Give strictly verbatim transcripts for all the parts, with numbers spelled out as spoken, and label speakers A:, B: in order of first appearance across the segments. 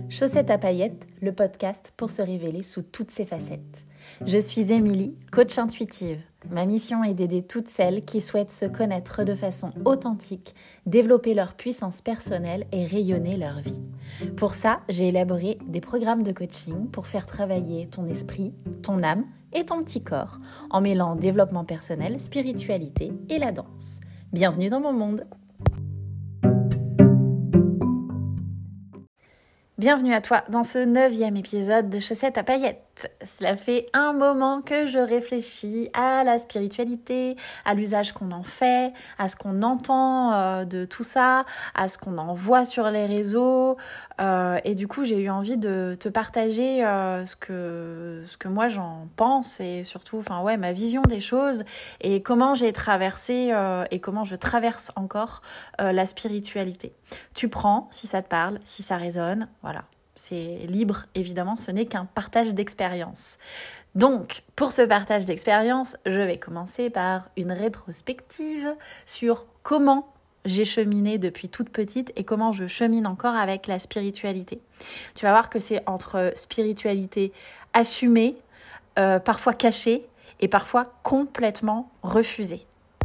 A: Chaussettes à paillettes, le podcast pour se révéler sous toutes ses facettes. Je suis Émilie, coach intuitive. Ma mission est d'aider toutes celles qui souhaitent se connaître de façon authentique, développer leur puissance personnelle et rayonner leur vie. Pour ça, j'ai élaboré des programmes de coaching pour faire travailler ton esprit, ton âme et ton petit corps, en mêlant développement personnel, spiritualité et la danse. Bienvenue dans mon monde! Bienvenue à toi dans ce neuvième épisode de Chaussettes à paillettes. Cela fait un moment que je réfléchis à la spiritualité, à l'usage qu'on en fait, à ce qu'on entend euh, de tout ça, à ce qu'on en voit sur les réseaux. Euh, et du coup, j'ai eu envie de te partager euh, ce que, ce que moi j'en pense et surtout enfin, ouais, ma vision des choses et comment j'ai traversé euh, et comment je traverse encore euh, la spiritualité. Tu prends si ça te parle, si ça résonne, voilà. C'est libre, évidemment, ce n'est qu'un partage d'expérience. Donc, pour ce partage d'expérience, je vais commencer par une rétrospective sur comment j'ai cheminé depuis toute petite et comment je chemine encore avec la spiritualité. Tu vas voir que c'est entre spiritualité assumée, euh, parfois cachée et parfois complètement refusée.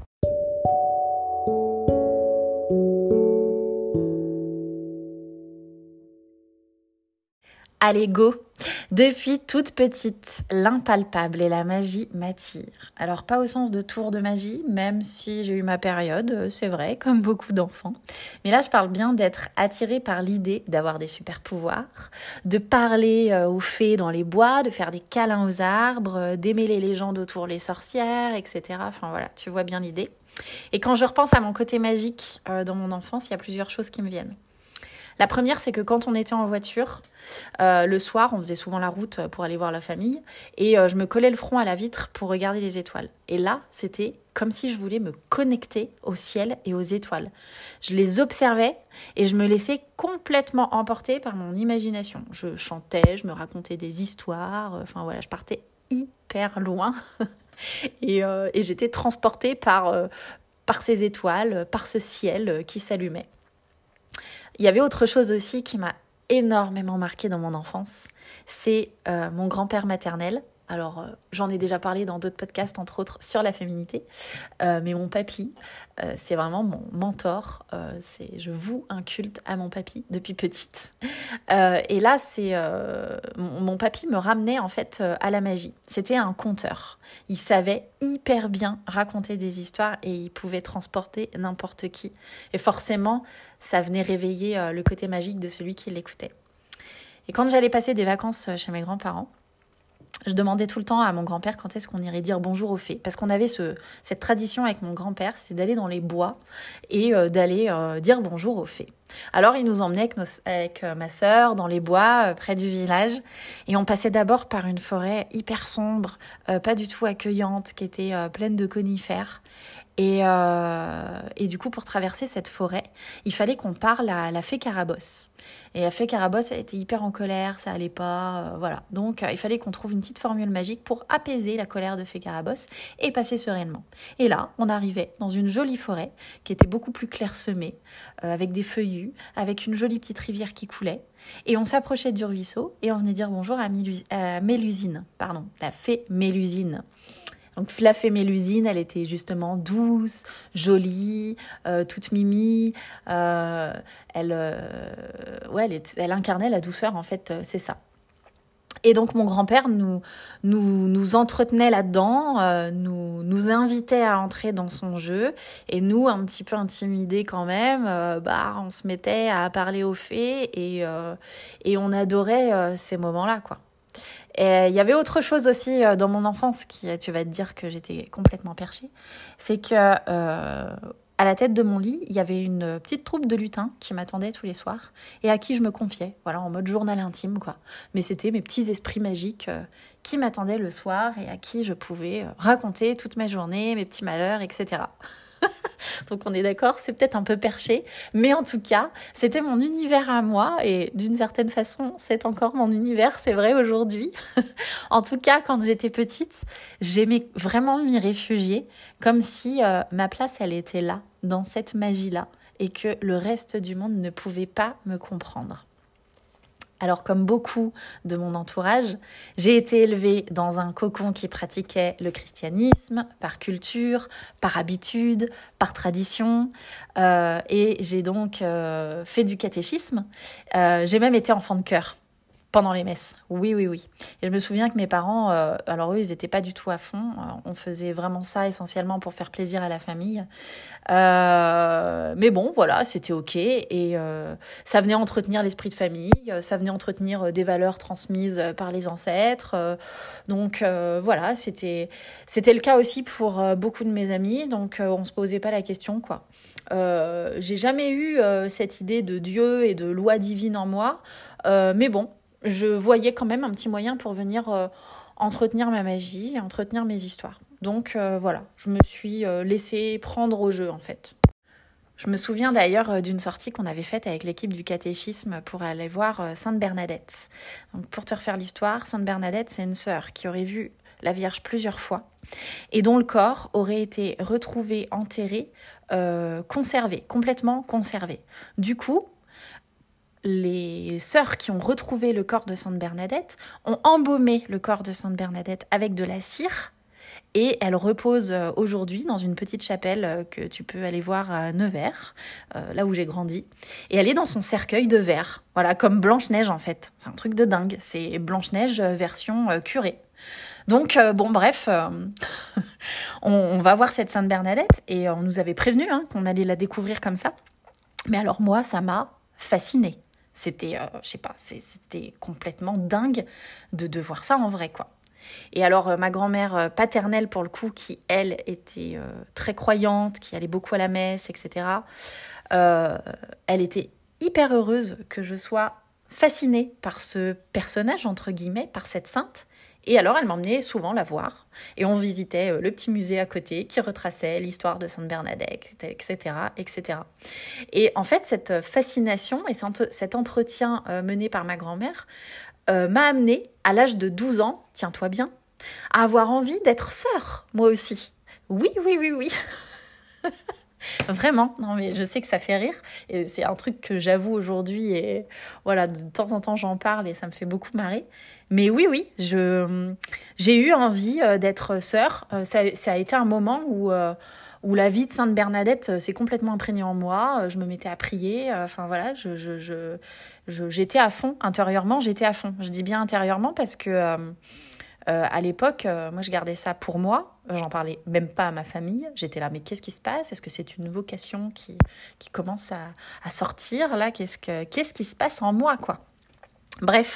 A: Allez, go! Depuis toute petite, l'impalpable et la magie m'attirent. Alors, pas au sens de tour de magie, même si j'ai eu ma période, c'est vrai, comme beaucoup d'enfants. Mais là, je parle bien d'être attirée par l'idée d'avoir des super pouvoirs, de parler aux fées dans les bois, de faire des câlins aux arbres, d'aimer les légendes autour les sorcières, et cetera. Enfin voilà, tu vois bien l'idée. Et quand je repense à mon côté magique euh, dans mon enfance, il y a plusieurs choses qui me viennent. La première, c'est que quand on était en voiture, euh, le soir, on faisait souvent la route pour aller voir la famille et euh, je me collais le front à la vitre pour regarder les étoiles. Et là, c'était comme si je voulais me connecter au ciel et aux étoiles. Je les observais et je me laissais complètement emporter par mon imagination. Je chantais, je me racontais des histoires, enfin voilà, je partais hyper loin et, euh, et j'étais transportée par, euh, par ces étoiles, par ce ciel qui s'allumait. Il y avait autre chose aussi qui m'a énormément marquée dans mon enfance, c'est euh, mon grand-père maternel. Alors, euh, j'en ai déjà parlé dans d'autres podcasts, entre autres sur la féminité, euh, mais mon papy, euh, c'est vraiment mon mentor. Euh, c'est, je voue un culte à mon papy depuis petite. Euh, et là, c'est euh, mon, mon papy me ramenait en fait euh, à la magie. C'était un conteur. Il savait hyper bien raconter des histoires et il pouvait transporter n'importe qui. Et forcément, ça venait réveiller euh, le côté magique de celui qui l'écoutait. Et quand j'allais passer des vacances chez mes grands-parents, je demandais tout le temps à mon grand-père quand est-ce qu'on irait dire bonjour aux fées. Parce qu'on avait ce, cette tradition avec mon grand-père, c'était d'aller dans les bois et euh, d'aller euh, dire bonjour aux fées. Alors, il nous emmenait avec, nos, avec euh, ma sœur dans les bois euh, près du village. Et on passait d'abord par une forêt hyper sombre, euh, pas du tout accueillante, qui était euh, pleine de conifères. Et, euh, et du coup, pour traverser cette forêt, il fallait qu'on parle à la fée Carabosse. Et la fée Carabosse, elle était hyper en colère, ça allait pas, euh, voilà. Donc, euh, il fallait qu'on trouve une petite formule magique pour apaiser la colère de fée Carabosse et passer sereinement. Et là, on arrivait dans une jolie forêt qui était beaucoup plus clairsemée, euh, avec des feuillus, avec une jolie petite rivière qui coulait. Et on s'approchait du ruisseau et on venait dire bonjour à, Milus- à Mélusine, pardon, la fée Mélusine. Donc la fée Mélusine, elle était justement douce, jolie, euh, toute mimi. Euh, elle, euh, ouais, elle, est, elle incarnait la douceur, en fait, c'est ça. Et donc mon grand-père nous, nous, nous entretenait là-dedans, euh, nous, nous invitait à entrer dans son jeu. Et nous, un petit peu intimidés quand même, euh, bah, on se mettait à parler aux fées et, euh, et on adorait euh, ces moments-là, quoi. Et il y avait autre chose aussi dans mon enfance qui, tu vas te dire que j'étais complètement perchée, c'est que euh, à la tête de mon lit, il y avait une petite troupe de lutins qui m'attendaient tous les soirs et à qui je me confiais, voilà, en mode journal intime, quoi. Mais c'était mes petits esprits magiques euh, qui m'attendaient le soir et à qui je pouvais raconter toute ma journée, mes petits malheurs, et cetera. Donc on est d'accord, c'est peut-être un peu perché, mais en tout cas, c'était mon univers à moi et d'une certaine façon, c'est encore mon univers, c'est vrai aujourd'hui. En tout cas, quand j'étais petite, j'aimais vraiment m'y réfugier, comme si euh, ma place, elle était là, dans cette magie-là, et que le reste du monde ne pouvait pas me comprendre. Alors comme beaucoup de mon entourage, j'ai été élevée dans un cocon qui pratiquait le christianisme par culture, par habitude, par tradition. Euh, et j'ai donc euh, fait du catéchisme. Euh, j'ai même été enfant de chœur pendant les messes. Oui, oui, oui. Et je me souviens que mes parents, euh, alors eux, ils n'étaient pas du tout à fond. Euh, on faisait vraiment ça essentiellement pour faire plaisir à la famille. Euh, mais bon, voilà, c'était OK. Et euh, ça venait entretenir l'esprit de famille, ça venait entretenir des valeurs transmises par les ancêtres. Euh, donc euh, voilà, c'était, c'était le cas aussi pour euh, beaucoup de mes amis. Donc euh, on ne se posait pas la question, quoi. Euh, j'ai jamais eu euh, cette idée de Dieu et de loi divine en moi. Euh, mais bon, je voyais quand même un petit moyen pour venir euh, entretenir ma magie, entretenir mes histoires. Donc euh, voilà, je me suis euh, laissée prendre au jeu en fait. Je me souviens d'ailleurs euh, d'une sortie qu'on avait faite avec l'équipe du catéchisme pour aller voir euh, Sainte Bernadette. Donc pour te refaire l'histoire, Sainte Bernadette, c'est une sœur qui aurait vu la Vierge plusieurs fois et dont le corps aurait été retrouvé, enterré, euh, conservé, complètement conservé. Du coup, les sœurs qui ont retrouvé le corps de Sainte Bernadette ont embaumé le corps de Sainte Bernadette avec de la cire et elle repose aujourd'hui dans une petite chapelle que tu peux aller voir à Nevers, euh, là où j'ai grandi. Et elle est dans son cercueil de verre, voilà, comme Blanche-Neige en fait. C'est un truc de dingue, c'est Blanche-Neige version euh, curée. Donc, euh, bon, bref, euh, on, on va voir cette Sainte Bernadette et on nous avait prévenu hein, qu'on allait la découvrir comme ça. Mais alors moi, ça m'a fascinée. C'était, euh, je sais pas, c'était complètement dingue de, de voir ça en vrai, quoi. Et alors, euh, ma grand-mère euh, paternelle, pour le coup, qui, elle, était euh, très croyante, qui allait beaucoup à la messe, et cetera, euh, elle était hyper heureuse que je sois fascinée par ce personnage, entre guillemets, par cette sainte. Et alors, elle m'emmenait souvent la voir. Et on visitait le petit musée à côté qui retraçait l'histoire de Sainte Bernadette, et cetera, et cetera. Et en fait, cette fascination et cet entretien mené par ma grand-mère euh, m'a amenée, à l'âge de douze ans, tiens-toi bien, à avoir envie d'être sœur, moi aussi. Oui, oui, oui, oui. Vraiment, non mais je sais que ça fait rire et c'est un truc que j'avoue aujourd'hui et voilà, de temps en temps j'en parle et ça me fait beaucoup marrer. Mais oui, oui, je, j'ai eu envie d'être sœur. Ça, ça a été un moment où, où la vie de Sainte Bernadette s'est complètement imprégnée en moi. Je me mettais à prier, enfin voilà, je, je, je, je, j'étais à fond, intérieurement, j'étais à fond. Je dis bien intérieurement parce que... Euh, Euh, à l'époque, euh, moi, je gardais ça pour moi. J'en parlais même pas à ma famille. J'étais là, mais qu'est-ce qui se passe? Est-ce que c'est une vocation qui, qui commence à, à sortir là? Qu'est-ce que, qu'est-ce qui se passe en moi, quoi? Bref,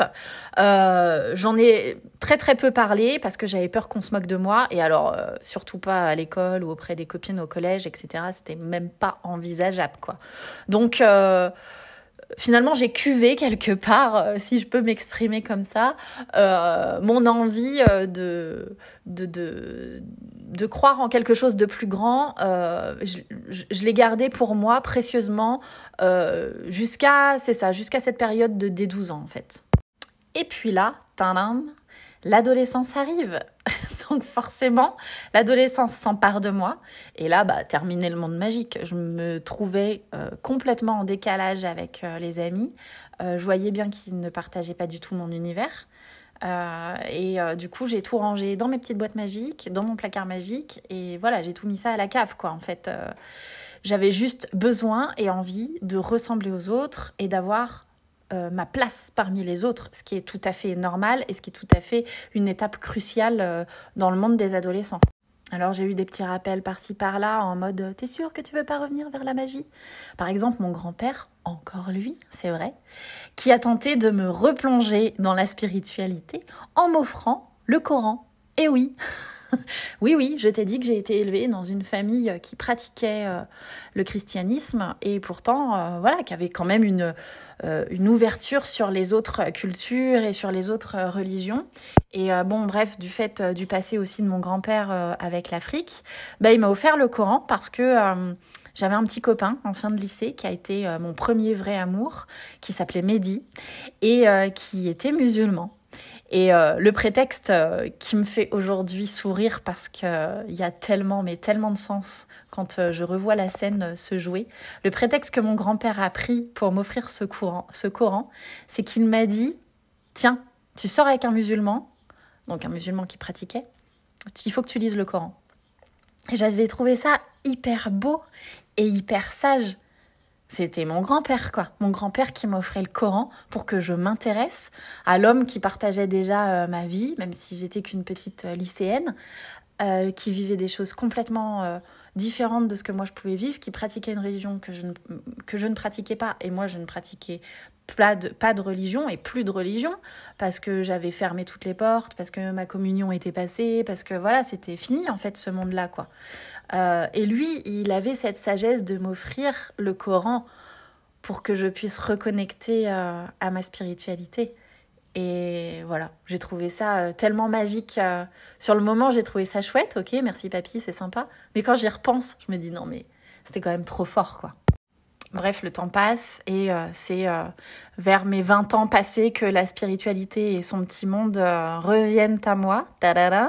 A: euh, j'en ai très très peu parlé parce que j'avais peur qu'on se moque de moi. Et alors, euh, surtout pas à l'école ou auprès des copines au collège, et cetera. C'était même pas envisageable, quoi. Donc... Euh, Finalement, j'ai cuvé quelque part, euh, si je peux m'exprimer comme ça, euh, mon envie euh, de, de, de, de croire en quelque chose de plus grand. Euh, je je, je l'ai gardé pour moi précieusement euh, jusqu'à, c'est ça, jusqu'à cette période de, des douze ans, en fait. Et puis là, tadam, l'adolescence arrive. Donc forcément, l'adolescence s'empare de moi. Et là, bah, terminé le monde magique. Je me trouvais euh, complètement en décalage avec euh, les amis. Euh, je voyais bien qu'ils ne partageaient pas du tout mon univers. Euh, et euh, du coup, j'ai tout rangé dans mes petites boîtes magiques, dans mon placard magique. Et voilà, j'ai tout mis ça à la cave, quoi. En fait, euh, j'avais juste besoin et envie de ressembler aux autres et d'avoir... Euh, ma place parmi les autres, ce qui est tout à fait normal et ce qui est tout à fait une étape cruciale euh, dans le monde des adolescents. Alors j'ai eu des petits rappels par-ci par-là en mode « T'es sûr que tu veux pas revenir vers la magie ?» Par exemple, mon grand-père, encore lui, c'est vrai, qui a tenté de me replonger dans la spiritualité en m'offrant le Coran. Et oui Oui, oui, je t'ai dit que j'ai été élevée dans une famille qui pratiquait euh, le christianisme et pourtant, euh, voilà, qui avait quand même une, euh, une ouverture sur les autres cultures et sur les autres euh, religions. Et euh, bon, bref, du fait euh, du passé aussi de mon grand-père euh, avec l'Afrique, bah, il m'a offert le Coran parce que euh, j'avais un petit copain en fin de lycée qui a été euh, mon premier vrai amour, qui s'appelait Mehdi et euh, qui était musulman. Et euh, le prétexte euh, qui me fait aujourd'hui sourire parce qu'il euh, y a tellement, mais tellement de sens quand euh, je revois la scène euh, se jouer, le prétexte que mon grand-père a pris pour m'offrir ce, courant, ce Coran, c'est qu'il m'a dit « Tiens, tu sors avec un musulman, donc un musulman qui pratiquait, il faut que tu lises le Coran. » Et j'avais trouvé ça hyper beau et hyper sage. C'était mon grand-père, quoi. Mon grand-père qui m'offrait le Coran pour que je m'intéresse à l'homme qui partageait déjà euh, ma vie, même si j'étais qu'une petite euh, lycéenne, euh, qui vivait des choses complètement euh, différentes de ce que moi je pouvais vivre, qui pratiquait une religion que je ne, que je ne pratiquais pas, et moi je ne pratiquais pas de, pas de religion et plus de religion, parce que j'avais fermé toutes les portes, parce que ma communion était passée, parce que voilà, c'était fini en fait ce monde-là, quoi. Euh, et lui, il avait cette sagesse de m'offrir le Coran pour que je puisse reconnecter euh, à ma spiritualité. Et voilà, j'ai trouvé ça euh, tellement magique. Euh, sur le moment, j'ai trouvé ça chouette. Ok, merci papy, c'est sympa. Mais quand j'y repense, je me dis non, mais c'était quand même trop fort, quoi. Bref, le temps passe et euh, c'est euh, vers mes vingt ans passés que la spiritualité et son petit monde euh, reviennent à moi. Ta-da-da.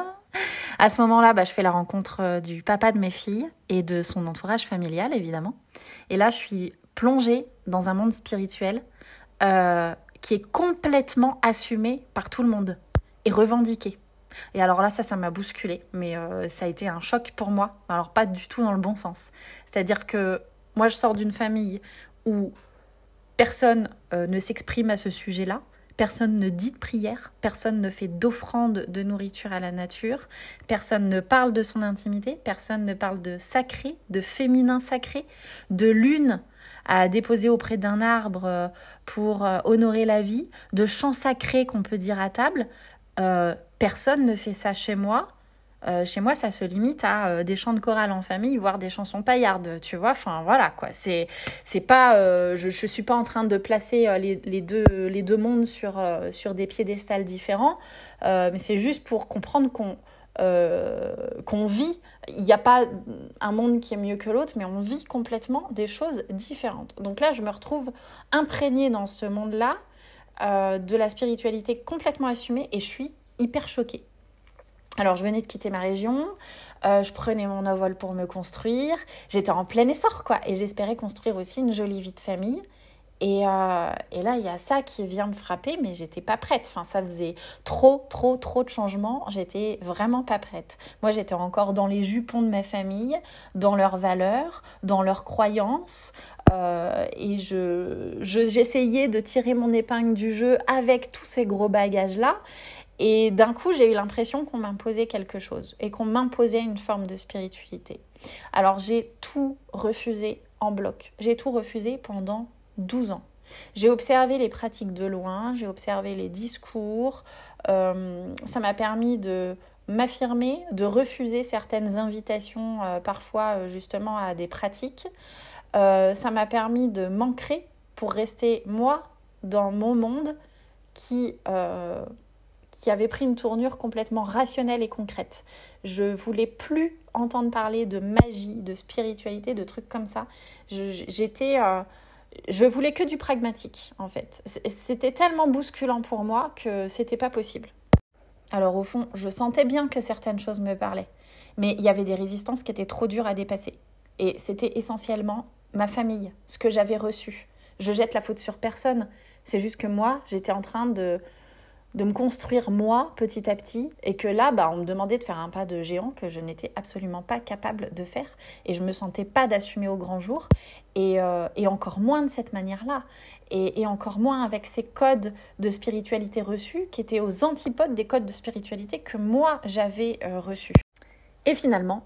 A: À ce moment-là, bah, je fais la rencontre euh, du papa de mes filles et de son entourage familial, évidemment. Et là, je suis plongée dans un monde spirituel euh, qui est complètement assumé par tout le monde et revendiqué. Et alors là, ça, ça m'a bousculée, mais euh, ça a été un choc pour moi. Alors pas du tout dans le bon sens. C'est-à-dire que moi, je sors d'une famille où personne euh, ne s'exprime à ce sujet-là. Personne ne dit de prière, personne ne fait d'offrande de nourriture à la nature, personne ne parle de son intimité, personne ne parle de sacré, de féminin sacré, de lune à déposer auprès d'un arbre pour honorer la vie, de chants sacrés qu'on peut dire à table. Euh, personne ne fait ça chez moi. Euh, chez moi, ça se limite à euh, des chants de chorale en famille, voire des chansons paillardes, tu vois. Enfin, voilà, quoi. C'est, c'est pas, euh, je, je suis pas en train de placer euh, les, les, deux, les deux mondes sur, euh, sur des piédestals différents, euh, mais c'est juste pour comprendre qu'on, euh, qu'on vit. Il n'y a pas un monde qui est mieux que l'autre, mais on vit complètement des choses différentes. Donc là, je me retrouve imprégnée dans ce monde-là, euh, de la spiritualité complètement assumée, et je suis hyper choquée. Alors, je venais de quitter ma région, euh, je prenais mon envol pour me construire, j'étais en plein essor, quoi, et j'espérais construire aussi une jolie vie de famille. Et, euh, et là, il y a ça qui vient me frapper, mais j'étais pas prête. Enfin, ça faisait trop, trop, trop de changements, j'étais vraiment pas prête. Moi, j'étais encore dans les jupons de ma famille, dans leurs valeurs, dans leurs croyances, euh, et je, je, j'essayais de tirer mon épingle du jeu avec tous ces gros bagages-là. Et d'un coup, j'ai eu l'impression qu'on m'imposait quelque chose et qu'on m'imposait une forme de spiritualité. Alors, j'ai tout refusé en bloc. J'ai tout refusé pendant douze ans. J'ai observé les pratiques de loin, j'ai observé les discours. Euh, ça m'a permis de m'affirmer, de refuser certaines invitations, euh, parfois euh, justement à des pratiques. Euh, ça m'a permis de m'ancrer pour rester, moi, dans mon monde qui... Euh, qui avait pris une tournure complètement rationnelle et concrète. Je voulais plus entendre parler de magie, de spiritualité, de trucs comme ça. Je, j'étais, euh, je voulais que du pragmatique, en fait. C'était tellement bousculant pour moi que c'était pas possible. Alors au fond, je sentais bien que certaines choses me parlaient, mais il y avait des résistances qui étaient trop dures à dépasser. Et c'était essentiellement ma famille, ce que j'avais reçu. Je jette la faute sur personne. C'est juste que moi, j'étais en train de... de me construire moi petit à petit, et que là bah, on me demandait de faire un pas de géant que je n'étais absolument pas capable de faire, et je me sentais pas d'assumer au grand jour, et, euh, et encore moins de cette manière-là, et, et encore moins avec ces codes de spiritualité reçus qui étaient aux antipodes des codes de spiritualité que moi j'avais euh, reçus. Et finalement,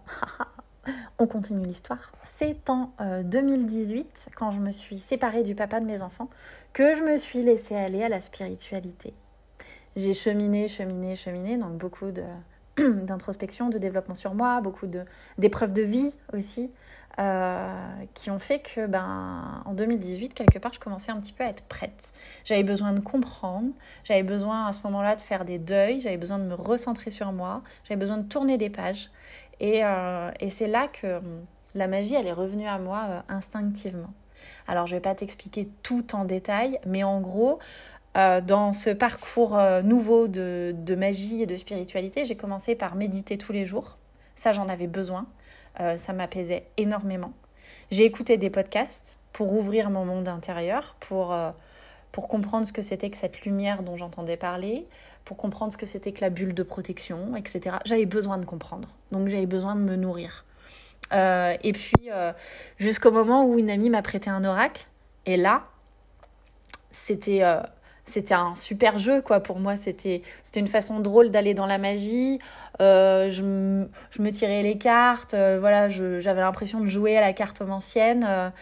A: on continue l'histoire, c'est en euh, deux mille dix-huit, quand je me suis séparée du papa de mes enfants, que je me suis laissée aller à la spiritualité. J'ai cheminé, cheminé, cheminé, donc beaucoup de, d'introspection, de développement sur moi, beaucoup de, d'épreuves de vie aussi, euh, qui ont fait que, ben, en deux mille dix-huit, quelque part, je commençais un petit peu à être prête. J'avais besoin de comprendre, j'avais besoin à ce moment-là de faire des deuils, j'avais besoin de me recentrer sur moi, j'avais besoin de tourner des pages. Et, euh, et c'est là que la magie, elle est revenue à moi euh, instinctivement. Alors, je ne vais pas t'expliquer tout en détail, mais en gros... euh, dans ce parcours euh, nouveau de, de magie et de spiritualité, j'ai commencé par méditer tous les jours. Ça, j'en avais besoin. Euh, ça m'apaisait énormément. J'ai écouté des podcasts pour ouvrir mon monde intérieur, pour, euh, pour comprendre ce que c'était que cette lumière dont j'entendais parler, pour comprendre ce que c'était que la bulle de protection, et cetera. J'avais besoin de comprendre. Donc, j'avais besoin de me nourrir. Euh, et puis, euh, jusqu'au moment où une amie m'a prêté un oracle. Et là, c'était... Euh, C'était un super jeu, quoi, pour moi. C'était, c'était une façon drôle d'aller dans la magie. Euh, je, m- je me tirais les cartes. Euh, voilà, je- j'avais l'impression de jouer à la cartomancienne euh,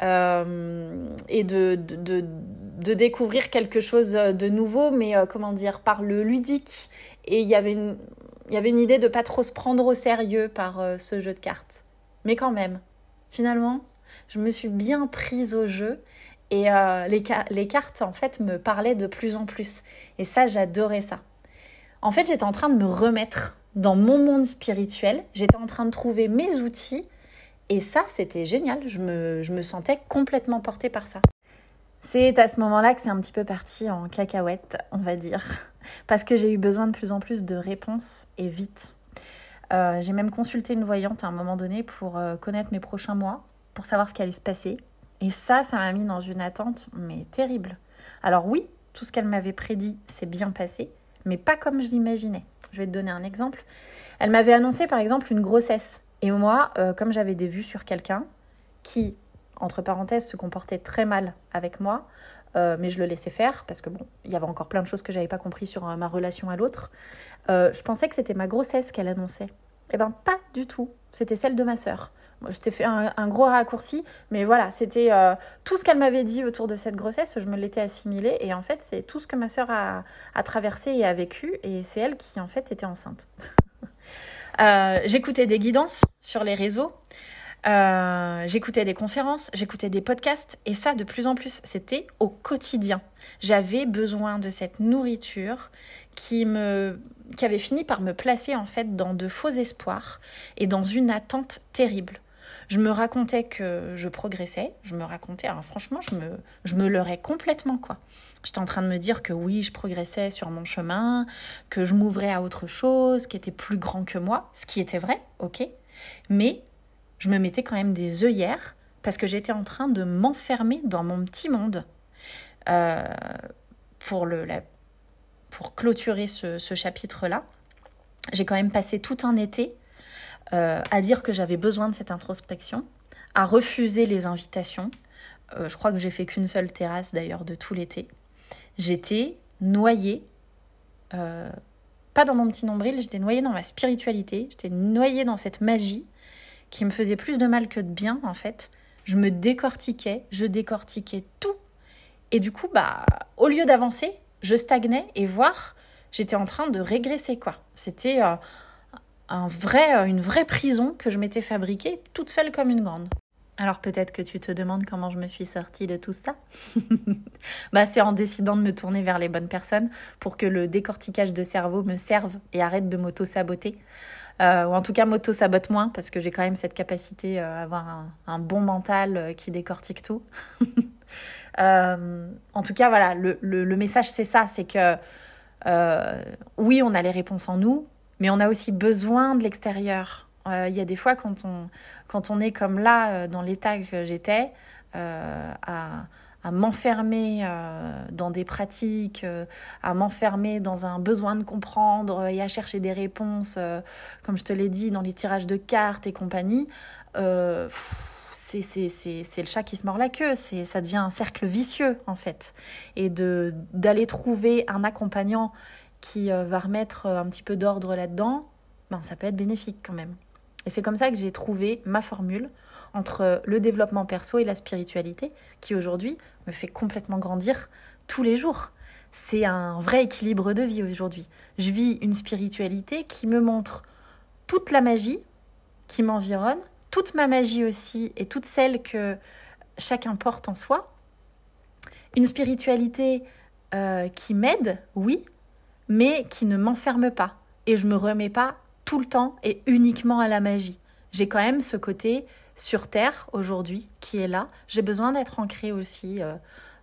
A: euh, et de, de, de, de découvrir quelque chose de nouveau, mais euh, comment dire, par le ludique. Et il y avait une, il y avait une idée de pas trop se prendre au sérieux par euh, ce jeu de cartes. Mais quand même, finalement, je me suis bien prise au jeu. Et euh, les, ca- les cartes, en fait, me parlaient de plus en plus. Et ça, j'adorais ça. En fait, j'étais en train de me remettre dans mon monde spirituel. J'étais en train de trouver mes outils. Et ça, c'était génial. Je me, je me sentais complètement portée par ça. C'est à ce moment-là que c'est un petit peu parti en cacahuète, on va dire. Parce que j'ai eu besoin de plus en plus de réponses et vite. Euh, j'ai même consulté une voyante à un moment donné pour euh, connaître mes prochains mois, pour savoir ce qui allait se passer. Et ça, ça m'a mis dans une attente, mais terrible. Alors oui, tout ce qu'elle m'avait prédit s'est bien passé, mais pas comme je l'imaginais. Je vais te donner un exemple. Elle m'avait annoncé par exemple une grossesse. Et moi, euh, comme j'avais des vues sur quelqu'un qui, entre parenthèses, se comportait très mal avec moi, euh, mais je le laissais faire parce que bon, il y avait encore plein de choses que j'avais pas compris sur euh, ma relation à l'autre. Euh, je pensais que c'était ma grossesse qu'elle annonçait. Eh ben pas du tout. C'était celle de ma sœur. Moi, je t'ai fait un, un gros raccourci, mais voilà, c'était euh, tout ce qu'elle m'avait dit autour de cette grossesse, je me l'étais assimilé, et en fait, c'est tout ce que ma sœur a, a traversé et a vécu, et c'est elle qui, en fait, était enceinte. euh, j'écoutais des guidances sur les réseaux, euh, j'écoutais des conférences, j'écoutais des podcasts, et ça, de plus en plus, c'était au quotidien. J'avais besoin de cette nourriture qui, me, qui avait fini par me placer, en fait, dans de faux espoirs et dans une attente terrible. Je me racontais que je progressais, je me racontais, alors franchement, je me, je me leurrais complètement, quoi. J'étais en train de me dire que oui, je progressais sur mon chemin, que je m'ouvrais à autre chose, qui était plus grand que moi, ce qui était vrai, ok, mais je me mettais quand même des œillères parce que j'étais en train de m'enfermer dans mon petit monde. Euh, pour, le, la, pour clôturer ce, ce chapitre-là, j'ai quand même passé tout un été Euh, à dire que j'avais besoin de cette introspection, à refuser les invitations. Euh, je crois que j'ai fait qu'une seule terrasse d'ailleurs de tout l'été. J'étais noyée, euh, pas dans mon petit nombril, j'étais noyée dans ma spiritualité, j'étais noyée dans cette magie qui me faisait plus de mal que de bien en fait. Je me décortiquais, je décortiquais tout. Et du coup, bah, au lieu d'avancer, je stagnais et voire j'étais en train de régresser, quoi. C'était... Euh, Un vrai, une vraie prison que je m'étais fabriquée toute seule comme une grande. Alors peut-être que tu te demandes comment je me suis sortie de tout ça. Bah, c'est en décidant de me tourner vers les bonnes personnes pour que le décortiquage de cerveau me serve et arrête de m'auto-saboter. Euh, ou en tout cas m'auto-sabote moins parce que j'ai quand même cette capacité à avoir un, un bon mental qui décortique tout. euh, en tout cas, voilà, le, le, le message c'est ça, c'est que euh, oui, on a les réponses en nous, mais on a aussi besoin de l'extérieur. Il euh, y a des fois, quand on, quand on est comme là, euh, dans l'état que j'étais, euh, à, à m'enfermer euh, dans des pratiques, euh, à m'enfermer dans un besoin de comprendre et à chercher des réponses, euh, comme je te l'ai dit, dans les tirages de cartes et compagnie, euh, pff, c'est, c'est, c'est, c'est le chat qui se mord la queue. C'est, ça devient un cercle vicieux, en fait. Et de, d'aller trouver un accompagnant qui va remettre un petit peu d'ordre là-dedans, ben, ça peut être bénéfique quand même. Et c'est comme ça que j'ai trouvé ma formule entre le développement perso et la spiritualité, qui aujourd'hui me fait complètement grandir tous les jours. C'est un vrai équilibre de vie aujourd'hui. Je vis une spiritualité qui me montre toute la magie qui m'environne, toute ma magie aussi, et toute celle que chacun porte en soi. Une spiritualité euh, qui m'aide, oui, mais qui ne m'enferme pas. Et je ne me remets pas tout le temps et uniquement à la magie. J'ai quand même ce côté sur Terre aujourd'hui qui est là. J'ai besoin d'être ancrée aussi euh,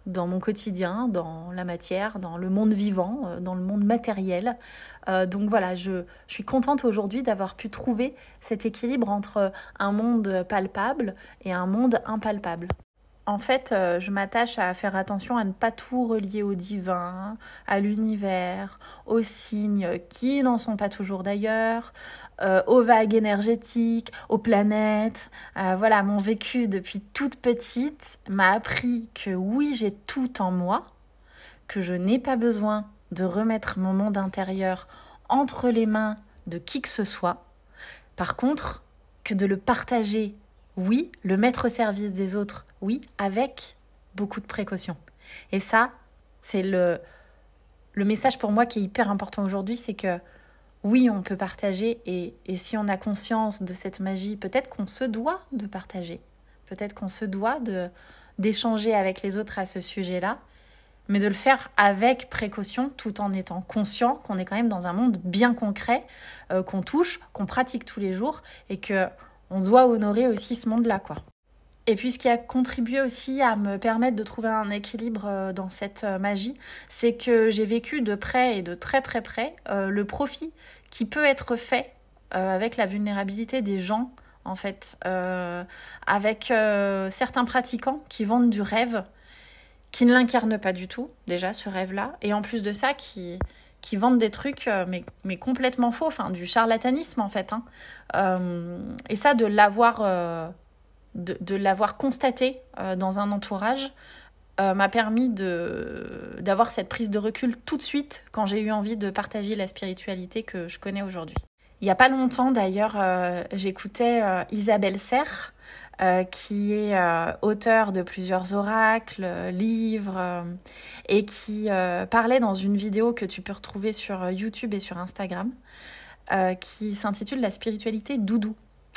A: dans mon quotidien, dans la matière, dans le monde vivant, euh, dans le monde matériel. Euh, donc voilà, je, je suis contente aujourd'hui d'avoir pu trouver cet équilibre entre un monde palpable et un monde impalpable. En fait, euh, je m'attache à faire attention à ne pas tout relier au divin, à l'univers, aux signes qui n'en sont pas toujours d'ailleurs, euh, aux vagues énergétiques, aux planètes. Euh, voilà, mon vécu depuis toute petite m'a appris que oui, j'ai tout en moi, que je n'ai pas besoin de remettre mon monde intérieur entre les mains de qui que ce soit. Par contre, que de le partager, oui, le mettre au service des autres, oui, avec beaucoup de précautions. Et ça, c'est le, le message pour moi qui est hyper important aujourd'hui, c'est que oui, on peut partager et, et si on a conscience de cette magie, peut-être qu'on se doit de partager, peut-être qu'on se doit de, d'échanger avec les autres à ce sujet-là, mais de le faire avec précaution tout en étant conscient qu'on est quand même dans un monde bien concret, euh, qu'on touche, qu'on pratique tous les jours et qu'on doit honorer aussi ce monde-là, quoi. Et puis ce qui a contribué aussi à me permettre de trouver un équilibre dans cette magie, c'est que j'ai vécu de près et de très très près euh, le profit qui peut être fait euh, avec la vulnérabilité des gens, en fait, euh, avec euh, certains pratiquants qui vendent du rêve, qui ne l'incarnent pas du tout, déjà, ce rêve-là, et en plus de ça, qui, qui vendent des trucs, euh, mais, mais complètement faux, enfin, du charlatanisme, en fait. Hein. Euh, et ça, de l'avoir... Euh, De, de l'avoir constaté euh, dans un entourage euh, m'a permis de, d'avoir cette prise de recul tout de suite quand j'ai eu envie de partager la spiritualité que je connais aujourd'hui. Il n'y a pas longtemps d'ailleurs, euh, j'écoutais euh, Isabelle Serres, euh, qui est euh, auteure de plusieurs oracles, euh, livres, euh, et qui euh, parlait dans une vidéo que tu peux retrouver sur YouTube et sur Instagram, euh, qui s'intitule « La spiritualité doudou ».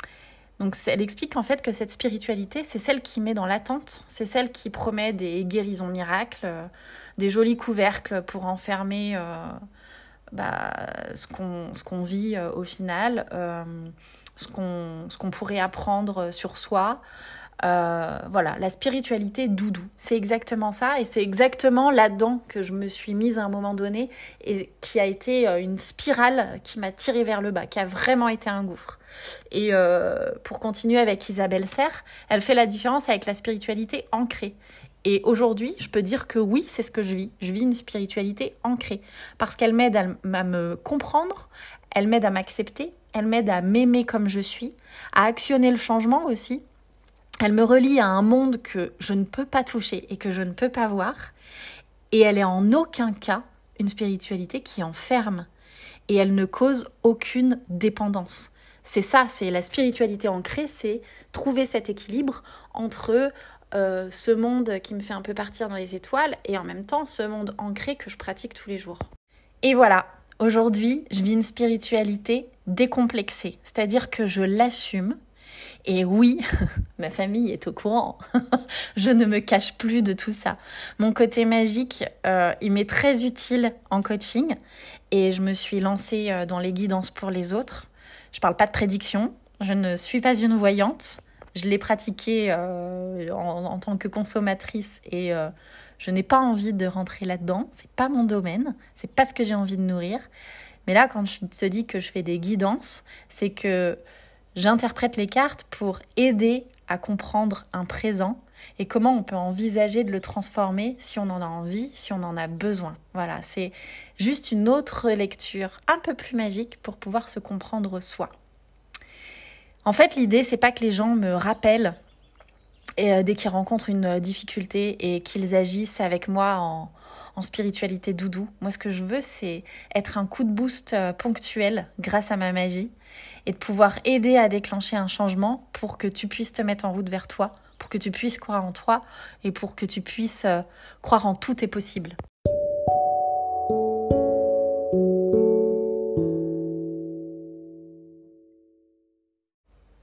A: Donc elle explique en fait que cette spiritualité, c'est celle qui met dans l'attente, c'est celle qui promet des guérisons miracles, euh, des jolis couvercles pour enfermer euh, bah, ce qu'on, ce qu'on vit euh, au final, euh, ce qu'on, ce qu'on pourrait apprendre sur soi. Euh, voilà, la spiritualité doudou, c'est exactement ça et c'est exactement là-dedans que je me suis mise à un moment donné et qui a été une spirale qui m'a tirée vers le bas, qui a vraiment été un gouffre. Et euh, pour continuer avec Isabelle Serres, elle fait la différence avec la spiritualité ancrée. Et aujourd'hui, je peux dire que oui, c'est ce que je vis. Je vis une spiritualité ancrée parce qu'elle m'aide à, à me comprendre, elle m'aide à m'accepter, elle m'aide à m'aimer comme je suis, à actionner le changement aussi. Elle me relie à un monde que je ne peux pas toucher et que je ne peux pas voir. Et elle est en aucun cas une spiritualité qui enferme. Et elle ne cause aucune dépendance. C'est ça, c'est la spiritualité ancrée, c'est trouver cet équilibre entre euh, ce monde qui me fait un peu partir dans les étoiles et en même temps ce monde ancré que je pratique tous les jours. Et voilà, aujourd'hui, je vis une spiritualité décomplexée, c'est-à-dire que je l'assume. Et oui, ma famille est au courant. Je ne me cache plus de tout ça. Mon côté magique, euh, il m'est très utile en coaching et je me suis lancée dans les guidances pour les autres. Je ne parle pas de prédiction, je ne suis pas une voyante. Je l'ai pratiqué euh, en, en tant que consommatrice et euh, je n'ai pas envie de rentrer là-dedans. Ce n'est pas mon domaine, ce n'est pas ce que j'ai envie de nourrir. Mais là, quand je te dis que je fais des guidances, c'est que j'interprète les cartes pour aider à comprendre un présent et comment on peut envisager de le transformer si on en a envie, si on en a besoin. Voilà, c'est juste une autre lecture un peu plus magique pour pouvoir se comprendre soi. En fait, l'idée, c'est pas que les gens me rappellent et, dès qu'ils rencontrent une difficulté et qu'ils agissent avec moi en, en spiritualité doudou. Moi, ce que je veux, c'est être un coup de boost ponctuel grâce à ma magie et de pouvoir aider à déclencher un changement pour que tu puisses te mettre en route vers toi, pour que tu puisses croire en toi et pour que tu puisses euh, croire en tout est possible.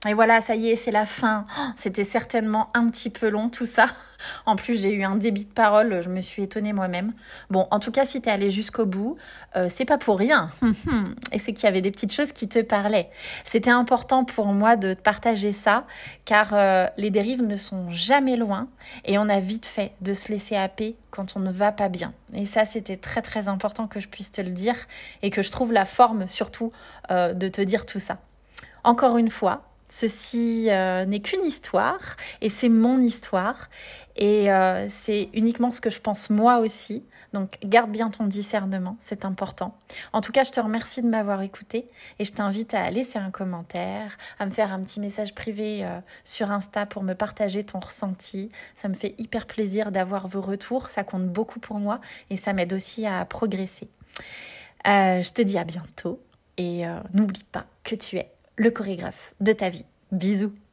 A: Et voilà, ça y est, c'est la fin. Oh, c'était certainement un petit peu long tout ça. En plus, j'ai eu un débit de parole, je me suis étonnée moi-même. Bon, en tout cas, si t'es allé jusqu'au bout, euh, c'est pas pour rien. Et c'est qu'il y avait des petites choses qui te parlaient. C'était important pour moi de te partager ça, car euh, les dérives ne sont jamais loin et on a vite fait de se laisser happer quand on ne va pas bien. Et ça, c'était très très important que je puisse te le dire et que je trouve la forme surtout euh, de te dire tout ça. Encore une fois, ceci euh, n'est qu'une histoire et c'est mon histoire et euh, c'est uniquement ce que je pense moi aussi. Donc garde bien ton discernement, c'est important. En tout cas, je te remercie de m'avoir écouté et je t'invite à laisser un commentaire, à me faire un petit message privé euh, sur Insta pour me partager ton ressenti. Ça me fait hyper plaisir d'avoir vos retours, ça compte beaucoup pour moi et ça m'aide aussi à progresser. Euh, je te dis à bientôt et euh, n'oublie pas que tu es le chorégraphe de ta vie. Bisous.